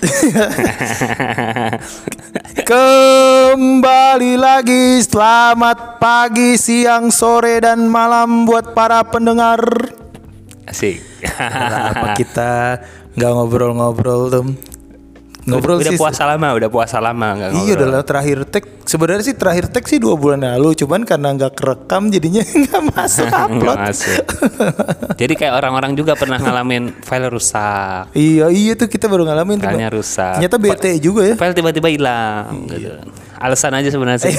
Kembali lagi, selamat pagi, siang, sore, dan malam buat para pendengar. Asik. Apa kita nggak ngobrol-ngobrol tuh? Ngobrol udah sih. puasa lama nggak ngobrol. Iya, udah terakhir tag. Sebenarnya sih terakhir tag sih 2 bulan lalu, cuman karena nggak kerekam jadinya nggak masuk upload. Nggak masuk. Jadi kayak orang-orang juga pernah ngalamin file rusak. Iya tuh kita baru ngalamin tuh. Filenya rusak. Ternyata bete juga ya. File tiba-tiba hilang. Gitu. Alasan aja sebenarnya sih.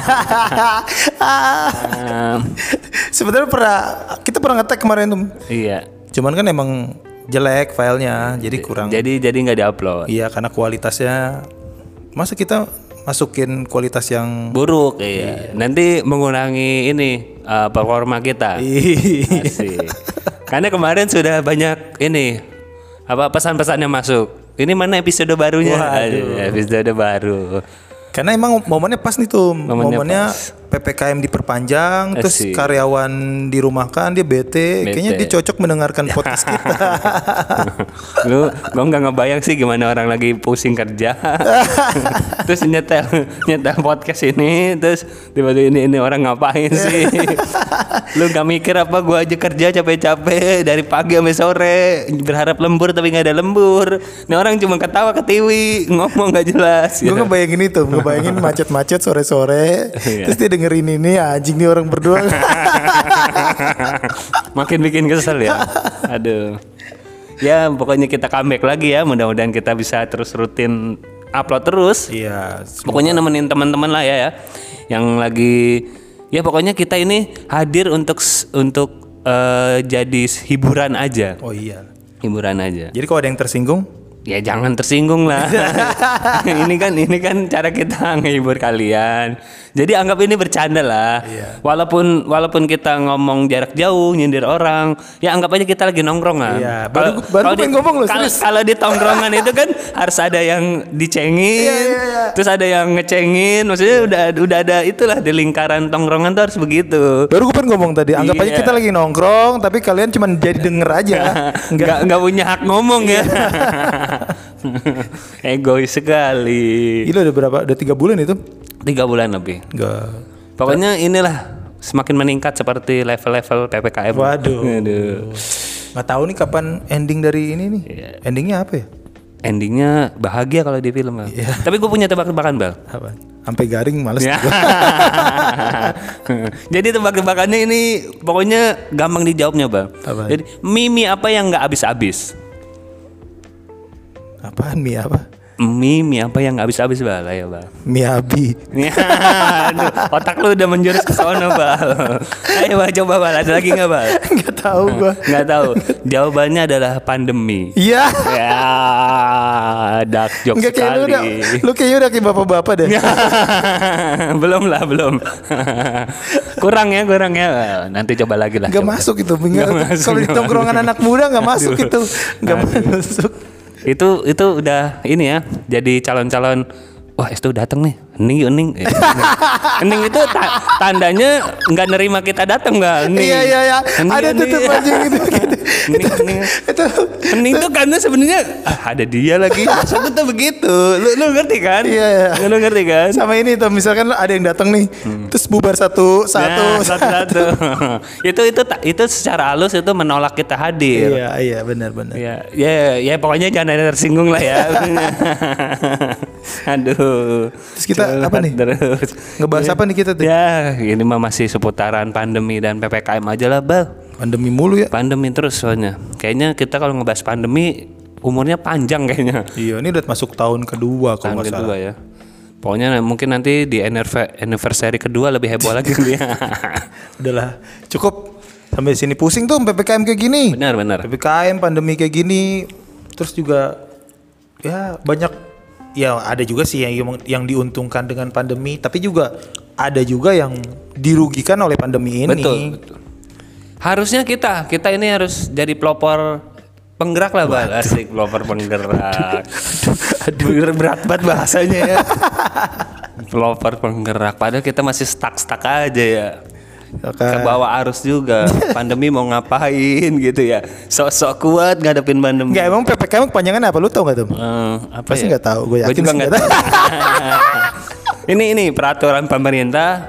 Sebenarnya kita pernah nge-tag kemarin tuh. Iya. Cuman kan emang jelek filenya, jadi kurang. Jadi nggak diupload. Iya, karena kualitasnya, masa kita masukin kualitas yang Buruk, iya. Nanti mengurangi ini performa kita. Asik. Karena kemarin sudah banyak ini pesan-pesan yang masuk. Ini mana episode barunya? Waduh. Episode baru. Karena emang momennya pas nih tuh. Momennya pas. PPKM diperpanjang, terus Asik. karyawan dirumahkan, dia bete. Kayaknya dia cocok mendengarkan podcast kita. Gue nggak ngebayang sih gimana orang lagi pusing kerja, terus nyetel podcast ini, terus tiba-tiba ini orang ngapain sih? Lu nggak mikir apa? Gue aja kerja capek-capek dari pagi sampai sore, berharap lembur tapi nggak ada lembur. Ini orang cuma ketawa ketiwi, ngomong nggak jelas. Gue ngebayangin itu, ngebayangin macet-macet sore-sore, terus dia dengerin ini, anjing nih orang berdua. Makin bikin kesel ya. Aduh. Ya pokoknya kita comeback lagi ya. Mudah-mudahan kita bisa terus rutin upload terus. Iya. Pokoknya nemenin teman-teman lah ya. Yang lagi ya pokoknya kita ini hadir untuk jadi hiburan aja. Oh iya. Hiburan aja. Jadi kalau ada yang tersinggung, Ya jangan tersinggung lah. ini kan cara kita ngehibur kalian. Jadi anggap ini bercanda lah. Iya. Walaupun kita ngomong jarak jauh, nyindir orang, ya anggap aja kita lagi nongkrong kan. Iya, baru pengen ngomong loh, serius. Kalau di tongkrongan itu kan harus ada yang dicengin, Iya. terus ada yang ngecengin. Maksudnya udah ada itulah di lingkaran tongkrongan tuh harus begitu. baru gue pengen ngomong tadi, anggap aja Iya. kita lagi nongkrong, tapi kalian cuma jadi denger aja. Nggak punya hak ngomong ya. Egois sekali. Gila udah berapa? Udah 3 bulan itu? 3 bulan lebih. Enggak. Pokoknya inilah semakin meningkat seperti level-level PPKM. Waduh. Aduh. Nggak tahu nih kapan ending dari ini nih. Iya. Endingnya apa ya? Endingnya bahagia kalau di film, Bang. Iya. Tapi gue punya tebak-tebakan, Bang. Apa? Sampai garing males. Ya. juga. Jadi tebak-tebakannya ini pokoknya gampang dijawabnya, Bang. Apa? Jadi mie apa yang nggak habis-habis? Apaan mie apa? Mie apa yang nggak habis-habis, Bang? Ya, Bang. Miyabi. Ya, aduh, otak lu udah menjurus ke sono, Bal. Ayo Bal, coba Bal, ada lagi nggak Bal? Nggak tahu gua. Nggak tahu. Jawabannya adalah pandemi. Iya. Ya, dark joke Enggak, kayak sekali. lu kayaknya udah kayak bapak-bapak deh. belum. kurang ya. Nanti coba lagi lah. Nggak coba. masuk itu. Nggak masuk. Kalau di tongkrongan anak muda nggak masuk itu. Nggak masuk. Itu udah ini ya. Jadi calon-calon. Wah, itu datang nih. Ening. Ening itu tandanya nggak nerima kita datang nggak? Iya. Ada tutup anjing gitu. Ening. Itu Ening tuh karena sebenarnya ada dia lagi. Maksudnya tuh begitu. Lu ngerti kan? Iya. Lu ngerti kan? sama ini tuh, misalkan ada yang datang nih, terus bubar satu. Nah, satu. itu secara halus itu menolak kita hadir. Iya, benar. Ya pokoknya jangan ada tersinggung lah ya. Aduh. Terus kita apa nih? Terus. Ngebahas apa nih kita tuh? Ya, ini mah masih seputaran pandemi dan PPKM aja lah, Bal. Pandemi mulu ya. Pandemi terus soalnya. Kayaknya kita kalau ngebahas pandemi umurnya panjang kayaknya. Iya, ini udah masuk tahun kedua kalau Tahun nggak kedua salah. ya. Pokoknya mungkin nanti di anniversary kedua lebih heboh lagi dia. Udahlah, cukup sampai sini pusing tuh PPKM kayak gini. Benar. PPKM pandemi kayak gini, terus juga ya banyak. Ya ada juga sih yang diuntungkan dengan pandemi, tapi juga ada juga yang dirugikan oleh pandemi ini. Betul. Harusnya kita ini harus jadi pelopor penggerak lah, Bal. Asik, pelopor penggerak. Aduh, berat banget bahasanya ya. Pelopor penggerak, padahal kita masih stuck aja ya. ke bawah arus juga. Pandemi mau ngapain gitu ya? Sok-sok kuat ngadepin pandemi. Enggak, emang PPKM kepanjangan apa? Lu tau gak tuh? Apa Pasti ya? nggak tahu. Gue yakin juga sih nggak nggak tahu. Ini peraturan pemerintah.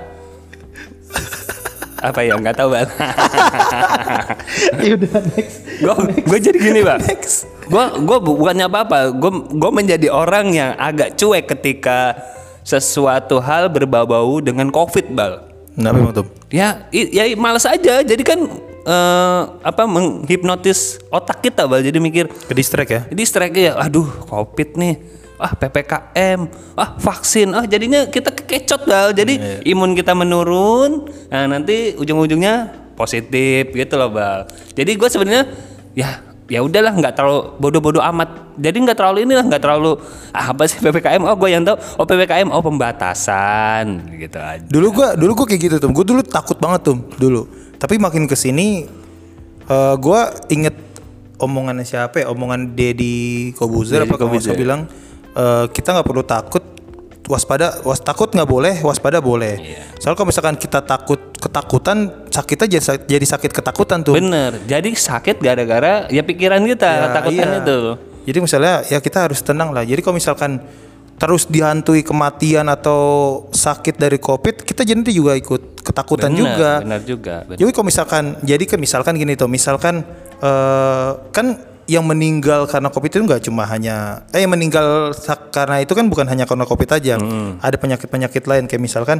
Apa ya? Nggak tahu Bang. Ya udah next. Gue jadi gini Bang. Gue bukannya apa-apa. Gue menjadi orang yang agak cuek ketika sesuatu hal berbau-bau dengan COVID Bang. Kenapa emang tuh? Ya malas aja. Jadi kan menghipnotis otak kita Bang. Jadi mikir Ke distract ya? distract ya. Aduh, COVID nih. PPKM. Vaksin. Jadinya kita kekecot Bang. Jadi imun kita menurun. Nah, nanti ujung-ujungnya positif gitu loh Bang. Jadi gue sebenarnya ya udahlah, nggak terlalu bodoh-bodoh amat. Jadi nggak terlalu apa sih PPKM? Gue yang tahu. PPKM pembatasan gitu aja. Dulu gua kayak gitu tuh. Gue dulu takut banget tuh dulu. Tapi makin kesini gue inget omongannya siapa ya? Omongan Deddy Kobuzer apa kalau saya bilang kita nggak perlu takut, takut nggak boleh, waspada boleh. Soalnya kalau misalkan kita ketakutan, sakitnya jadi sakit ketakutan tuh. Bener. Jadi sakit gara-gara ya pikiran kita, ketakutan itu. Jadi misalnya ya kita harus tenang lah. Jadi kalau misalkan terus dihantui kematian atau sakit dari COVID, kita jadi juga ikut ketakutan juga. Benar juga. Jadi kalau misalkan gini tuh, misalkan kan yang meninggal karena COVID itu nggak cuma hanya yang meninggal karena itu kan bukan hanya karena COVID aja. Ada penyakit lain kayak misalkan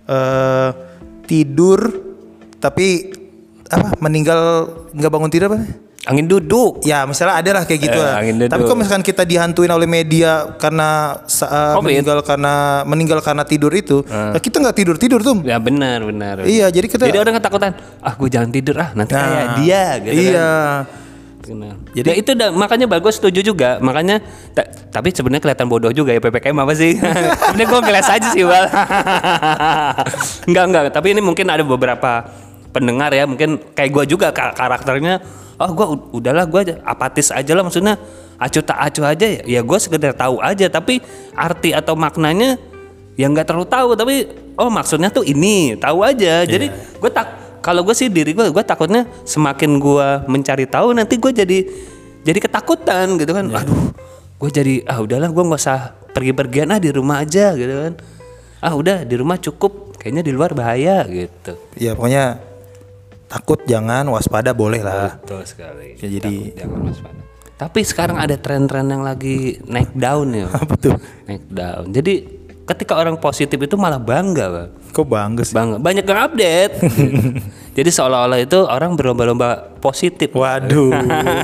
tidur tapi meninggal nggak bangun tidur apa? Angin duduk. Ya misalnya ada lah kayak gitu lah. Tapi kalau misalkan kita dihantuin oleh media karena meninggal karena tidur itu, kita nggak tidur tuh. Ya benar. Iya, jadi orang ketakutan. Gue jangan tidur nanti kayak dia gitu kan. Iya. Jadi itu makanya bagus, setuju juga. Makanya tapi sebenarnya kelihatan bodoh juga ya PPKM apa sih? Sebenarnya gue ngeles aja sih Bal. Enggak. Tapi ini mungkin ada beberapa pendengar ya, mungkin kayak gue juga karakternya. Gue udahlah, gue apatis aja lah, maksudnya acuh tak acuh aja ya. Ya gue sekedar tahu aja, tapi arti atau maknanya yang nggak terlalu tahu. Tapi maksudnya tuh ini tahu aja. Jadi kalau gue sih diri gue takutnya semakin gue mencari tahu nanti gue jadi ketakutan gitu kan. Aduh, gue jadi udahlah, gue nggak usah pergi-pergian di rumah aja gitu kan. Udah di rumah cukup, kayaknya di luar bahaya gitu. Ya pokoknya takut jangan, waspada boleh lah. Betul sekali. Ya, jadi jangan waspada. Tapi sekarang ada tren-tren yang lagi naik daun ya. Apa tuh? Naik daun. Jadi ketika orang positif itu malah bangga Bang. Kok bangga sih? Bangga. Banyak yang update. Jadi seolah-olah itu orang berlomba-lomba positif. Waduh.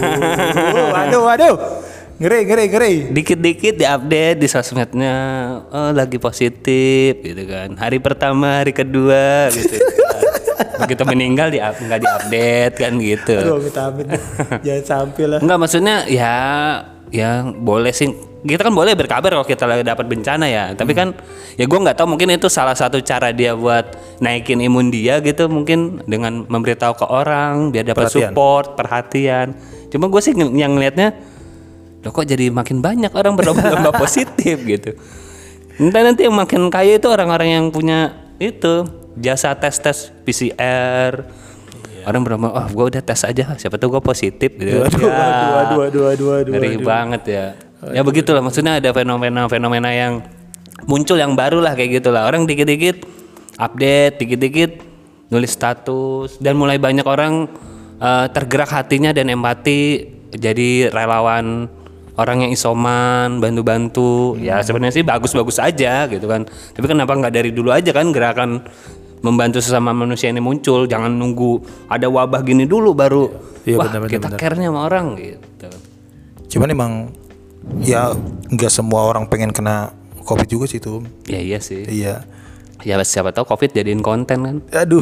Ngeri. Dikit-dikit diupdate di sosmednya. Lagi positif gitu kan. Hari pertama, hari kedua gitu. Begitu meninggal nggak diupdate kan gitu. Aduh, amit-amit. Jangan sampai lah. Enggak, maksudnya ya boleh sih. Kita kan boleh berkabar kalau kita lagi dapat bencana ya. Tapi kan ya gue nggak tahu, mungkin itu salah satu cara dia buat naikin imun dia gitu, mungkin dengan memberitahu ke orang biar dapat support, perhatian. Cuma gue sih yang ngelihatnya, loh kok jadi makin banyak orang berlomba-lomba positif gitu. Entah nanti yang makin kaya itu orang-orang yang punya itu jasa tes PCR. Orang berlomba, gue udah tes aja, siapa tahu gue positif gitu. Aduh. Ngeri banget ya. Ya begitulah, maksudnya ada fenomena yang muncul yang baru lah kayak gitulah. Orang dikit-dikit update, dikit-dikit nulis status, dan mulai banyak orang tergerak hatinya dan empati jadi relawan orang yang isoman, bantu-bantu. Ya sebenarnya sih bagus-bagus aja gitu kan. Tapi kenapa nggak dari dulu aja kan gerakan membantu sesama manusia ini muncul? Jangan nunggu ada wabah gini dulu baru kita care-nya sama orang gitu. Cuman emang ya nggak semua orang pengen kena COVID juga sih tuh. Ya iya sih. Iya. Ya siapa tahu COVID jadiin konten kan. Aduh.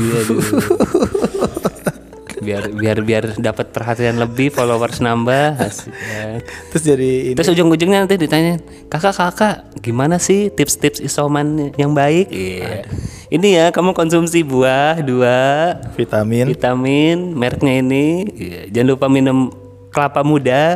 biar dapat perhatian lebih, followers nambah. Terus jadi terus ujung-ujungnya nanti ditanya, kakak gimana sih tips-tips isoman yang baik? Ini ya, kamu konsumsi buah 2 vitamin mereknya ini. Jangan lupa minum kelapa muda.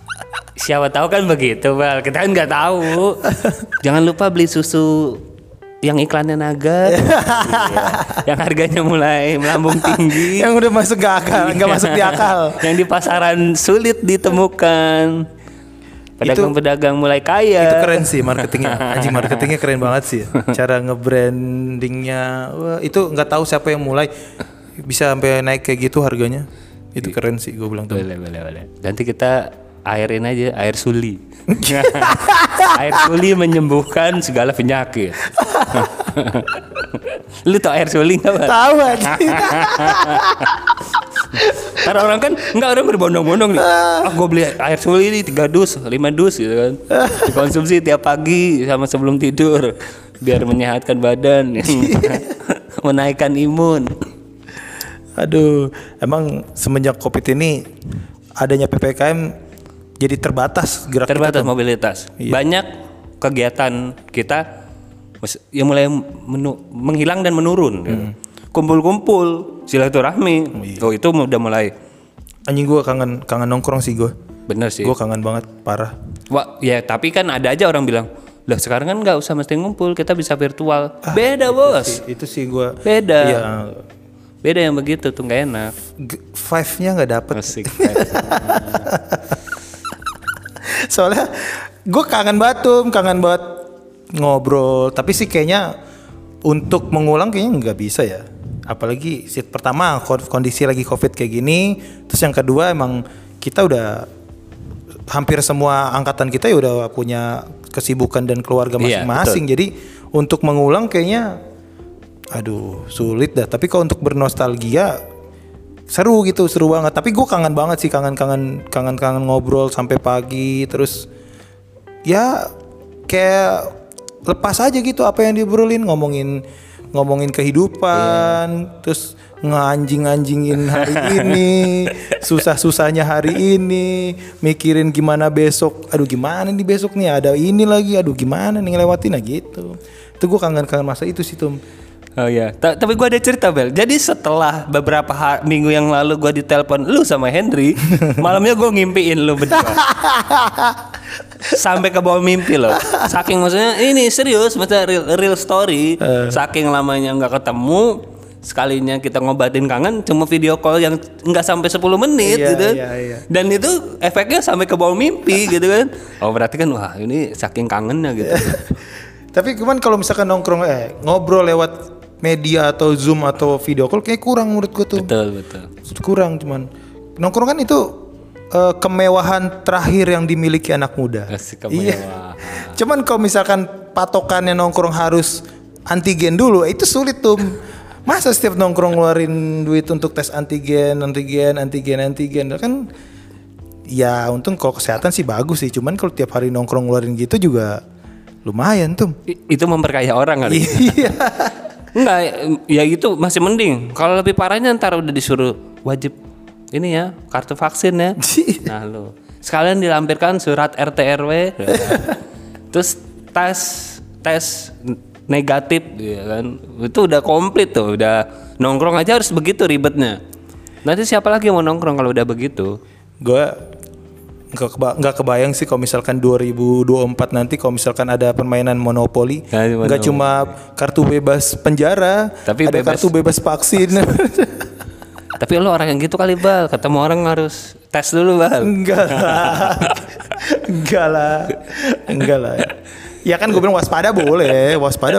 Siapa tahu kan begitu Bal, kita kan nggak tahu. Jangan lupa beli susu yang iklannya naga, iya. Yang harganya mulai melambung tinggi, yang udah masuk gak akal, nggak masuk di akal, yang di pasaran sulit ditemukan, pedagang-pedagang mulai kaya. Itu keren sih marketingnya, anjing marketingnya keren banget sih, cara nge-brandingnya, wah, itu nggak tahu siapa yang mulai bisa sampai naik kayak gitu harganya, itu keren sih gue bilang tuh. Boleh. Nanti kita airin aja air suli. Air suli menyembuhkan segala penyakit. Lu tau air suli nggak? Tahu aja. Karena orang kan orang berbondong-bondong nih. Gue beli air suli nih 3 dus, 5 dus gitu kan. Dikonsumsi tiap pagi sama sebelum tidur biar menyehatkan badan, menaikkan imun. Aduh, emang semenjak Covid ini adanya PPKM jadi terbatas kita mobilitas. Iya. Banyak kegiatan kita yang mulai menghilang dan menurun. Gitu. Kumpul-kumpul, silaturahmi. Iya. Itu udah mulai. Anjing gue kangen nongkrong sih gue. Bener sih. Gue kangen banget parah. Wah, ya tapi kan ada aja orang bilang, "Lah sekarang kan nggak usah mesti ngumpul, kita bisa virtual." Beda, Bos. Itu sih gue. Beda. Iya. Beda yang begitu tuh nggak enak. Vibe-nya nggak dapet. Asik. Soalnya gue kangen banget ngobrol. Tapi sih kayaknya untuk mengulang kayaknya nggak bisa ya. Apalagi pertama kondisi lagi Covid kayak gini. Terus yang kedua emang kita udah hampir semua angkatan kita ya udah punya kesibukan dan keluarga masing-masing. Iya, jadi untuk mengulang kayaknya aduh sulit dah. Tapi kalau untuk bernostalgia seru banget. Tapi gue kangen banget sih, kangen ngobrol sampai pagi. Terus ya kayak lepas aja gitu apa yang diobrolin, ngomongin kehidupan, terus nganjing-anjingin hari ini, susah-susahnya hari ini, mikirin gimana besok. Aduh gimana nih besok nih, ada ini lagi, aduh gimana nih ngelewatin gitu. Itu gue kangen masa itu sih Tum. Oh iya, tapi gue ada cerita Bel. Jadi setelah beberapa minggu yang lalu gue ditelepon lu sama Henry, malamnya gue ngimpiin lu berdua. Sampai ke bawah mimpi loh. Saking maksudnya ini serius, maksudnya real story. Saking lamanya nggak ketemu, sekalinya kita ngobatin kangen cuma video call yang nggak sampai 10 menit gitu. Iya. Dan itu efeknya sampai ke bawah mimpi gitu kan. Oh berarti kan wah ini saking kangennya gitu. Tapi cuman kalau misalkan nongkrong ngobrol lewat media atau Zoom atau video call kayak kurang menurut gue tuh. Betul. Kurang cuman nongkrong kan itu kemewahan terakhir yang dimiliki anak muda. Iya. Cuman kalau misalkan patokannya nongkrong harus antigen dulu, itu sulit tuh. Masa setiap nongkrong ngeluarin duit untuk tes antigen kan? Ya untung kalau kesehatan sih bagus sih. Cuman kalau tiap hari nongkrong ngeluarin gitu juga lumayan tuh. Itu memperkaya orang kali. Iya. Enggak, ya itu masih mending. Kalau lebih parahnya ntar udah disuruh wajib ini ya, kartu vaksin ya. Nah lo sekalian dilampirkan surat RT RW. Terus tes negatif ya kan. Itu udah komplit tuh, udah nongkrong aja harus begitu ribetnya. Nanti siapa lagi yang mau nongkrong kalau udah begitu? Gue nggak kebayang sih kalau misalkan 2024 nanti kalau misalkan ada permainan monopoli, nggak cuma kartu bebas penjara, tapi ada kartu bebas vaksin. Tapi lo orang yang gitu kali Bal, ketemu orang harus tes dulu Bal. Enggak lah. Ya kan gue bilang waspada boleh.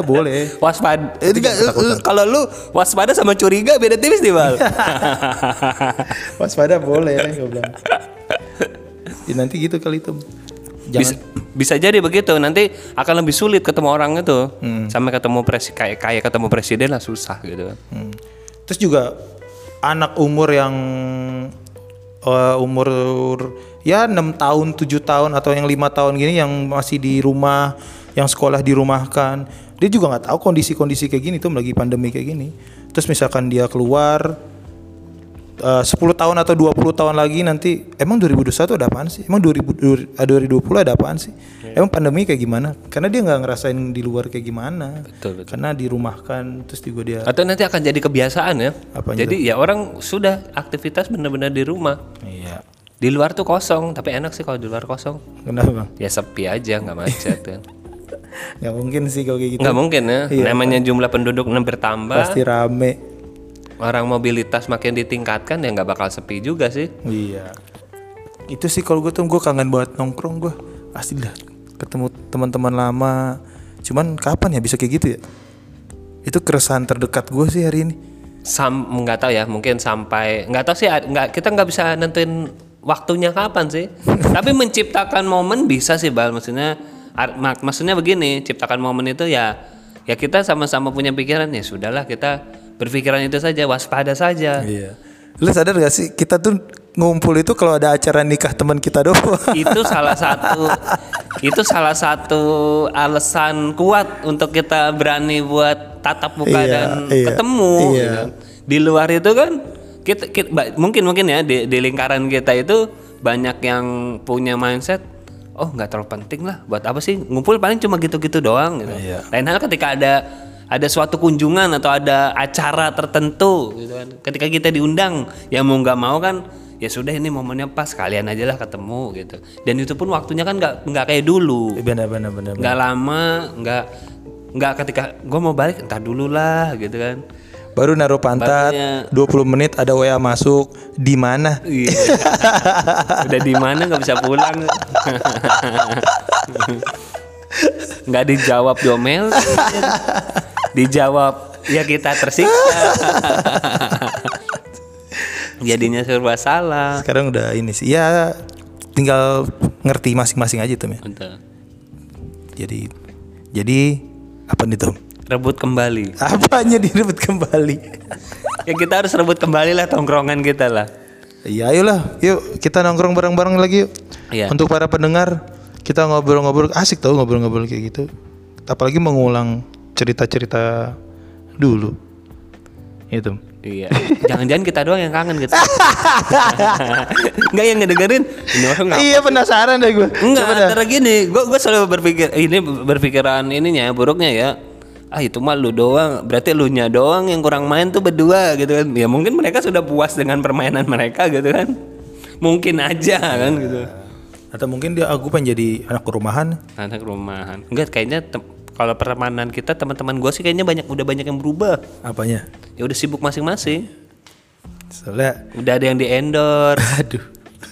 Kalau lu waspada sama curiga beda tipis nih Bal. Waspada boleh gue bilang. Ya, nanti gitu kali itu. Bisa jadi begitu. Nanti akan lebih sulit ketemu orang itu. Sampai ketemu kayak ketemu presiden lah susah gitu. Terus juga anak umur yang umur ya 6 tahun, 7 tahun atau yang 5 tahun gini yang masih di rumah, yang sekolah dirumahkan. Dia juga nggak tahu kondisi-kondisi kayak gini tuh lagi pandemi kayak gini. Terus misalkan dia keluar 10 tahun atau 20 tahun lagi nanti emang 2021 ada apaan sih? Emang 2020 ada apaan sih? Emang pandemi kayak gimana? Karena dia nggak ngerasain di luar kayak gimana. Betul. Karena dirumahkan terus juga dia. Atau nanti akan jadi kebiasaan ya. Apanya jadi itu? Ya orang sudah aktivitas benar-benar di rumah. Iya. Di luar tuh kosong, tapi enak sih kalau di luar kosong. Kenapa Bang? Ya sepi aja, nggak macet kan. Nggak mungkin sih kalau kayak gitu. Nggak mungkin ya. Iya. Namanya jumlah penduduk bertambah, Pasti rame. orang mobilitas makin ditingkatkan ya nggak bakal sepi juga sih. Iya. Itu sih kalau gue tuh gue kangen banget nongkrong gue. Asli dah ketemu teman-teman lama. Cuman kapan ya bisa kayak gitu ya? Itu keresahan terdekat gue sih hari ini. Nggak tahu ya, mungkin sampai nggak tahu sih, kita nggak bisa nentuin waktunya kapan sih. Tapi menciptakan momen bisa sih Bal, maksudnya begini, ciptakan momen itu ya kita sama-sama punya pikiran, ya sudahlah kita berpikiran itu saja, waspada saja. Iya. Lu sadar gak sih kita tuh ngumpul itu kalau ada acara nikah teman kita doang. Itu salah satu alasan kuat untuk kita berani buat tatap muka dan ketemu. Iya. Gitu. Di luar itu kan kita mungkin ya di lingkaran kita itu banyak yang punya mindset, oh nggak terlalu penting lah, buat apa sih ngumpul, paling cuma gitu-gitu doang gitu. Iya. Lain hal ketika ada suatu kunjungan atau ada acara tertentu gitu kan, ketika kita diundang ya mau nggak mau kan, ya sudah ini momennya pas, kalian aja lah ketemu gitu. Dan itu pun waktunya kan nggak kayak dulu. Benar. Nggak lama, nggak ketika gue mau balik entar dulu lah gitu kan. Baru naruh pantat, 20 menit ada WA masuk, di mana? Iya. Udah di mana nggak bisa pulang. Nggak dijawab domel, dijawab ya kita tersiksa. Jadinya serba salah. Sekarang udah ini sih, ya tinggal ngerti masing-masing aja tuh ya. Betul. Jadi apa nih Tom? Rebut kembali. Apanya direbut kembali? Ya kita harus rebut kembali lah tongkrongan kita lah. Iya ayolah, yuk kita nongkrong bareng-bareng lagi yuk. Iya. Untuk para pendengar, kita ngobrol-ngobrol, asik tau ngobrol-ngobrol kayak gitu. Apalagi mengulang cerita-cerita dulu. Itu. Iya. Jangan-jangan kita doang yang kangen gitu. Enggak yang ngedengerin. Ini orang ngapa? Iya penasaran deh gue. Enggak, antara gini, gue selalu berpikiran ininya buruknya ya. Itu mah lu doang, berarti lu nya doang yang kurang main tuh berdua gitu kan. Ya mungkin mereka sudah puas dengan permainan mereka gitu kan. Mungkin aja kan gitu. Atau mungkin aku pengen jadi anak rumahan. Anak rumahan. Enggak, kayaknya kalau pertemanan kita, teman-teman gue sih kayaknya udah banyak yang berubah. Apanya? Ya udah sibuk masing-masing. Soalnya Udah ada yang di-endorse. aduh.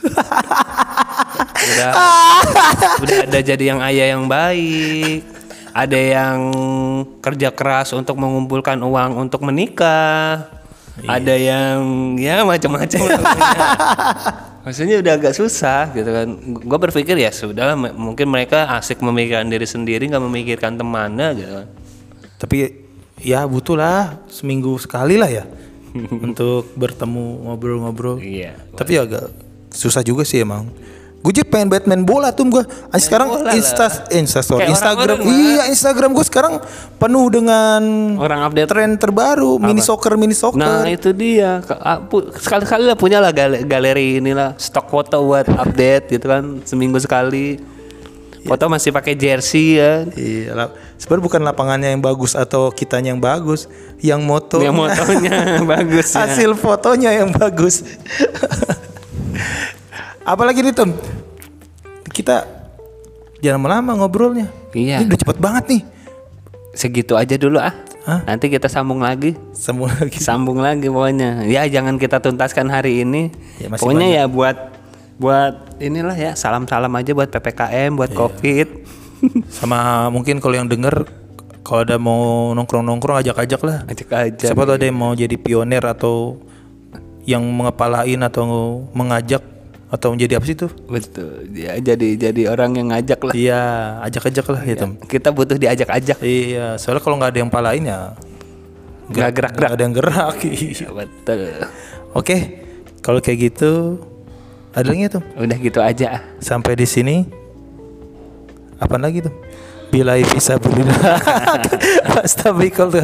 udah ada jadi yang ayah yang baik. Ada yang kerja keras untuk mengumpulkan uang untuk menikah. Ada yang ya macam-macam lah. Maksudnya udah agak susah gitu kan. Gue berpikir ya sudah, mungkin mereka asik memikirkan diri sendiri, nggak memikirkan temannya gitu kan. Tapi ya butuh lah seminggu sekali lah ya untuk bertemu ngobrol-ngobrol. Iya. Tapi agak susah juga sih emang. Gue jadi pengen Batman bola tuh gue. Sekarang Instagram. Iya Instagram gue sekarang penuh dengan orang update tren terbaru. Mini soccer. Nah itu dia. Sekali-kali lah punya lah galeri inilah stok foto buat update gitu kan, seminggu sekali. Foto masih pakai jersey ya. Iya. Sebenarnya bukan lapangannya yang bagus atau kitanya yang bagus, yang motonya bagus. Ya. Hasil fotonya yang bagus. Apalagi nih Tom, kita jangan lama ngobrolnya. Iya. Ini udah cepet banget nih. Segitu aja dulu ah. Hah? Nanti kita sambung lagi. Sambung lagi pokoknya. Ya jangan kita tuntaskan hari ini. Ya, pokoknya banyak. Ya buat inilah ya, salam-salam aja buat PPKM, buat Covid. Sama mungkin kalau yang denger, kalau ada mau nongkrong-nongkrong ajak-ajak lah. Ajak aja. Siapa tahu ada yang mau jadi pionir atau yang mengepalain atau mengajak atau menjadi apa sih tuh? Betul. Ya jadi orang yang ngajak lah. Iya, ajak-ajak lah ya, Tom. Kita butuh diajak-ajak. Iya, soalnya kalau nggak ada yang palain ya nggak gerak-gerak. Nggak ada yang gerak. Iya, betul. Oke, kalau kayak gitu ada lagi tuh. Udah gitu aja. Sampai di sini. Apaan lagi tuh? Bilai fisabilillah.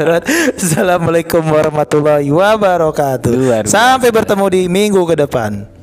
Assalamualaikum warahmatullahi wabarakatuh. Sampai bertemu di minggu ke depan.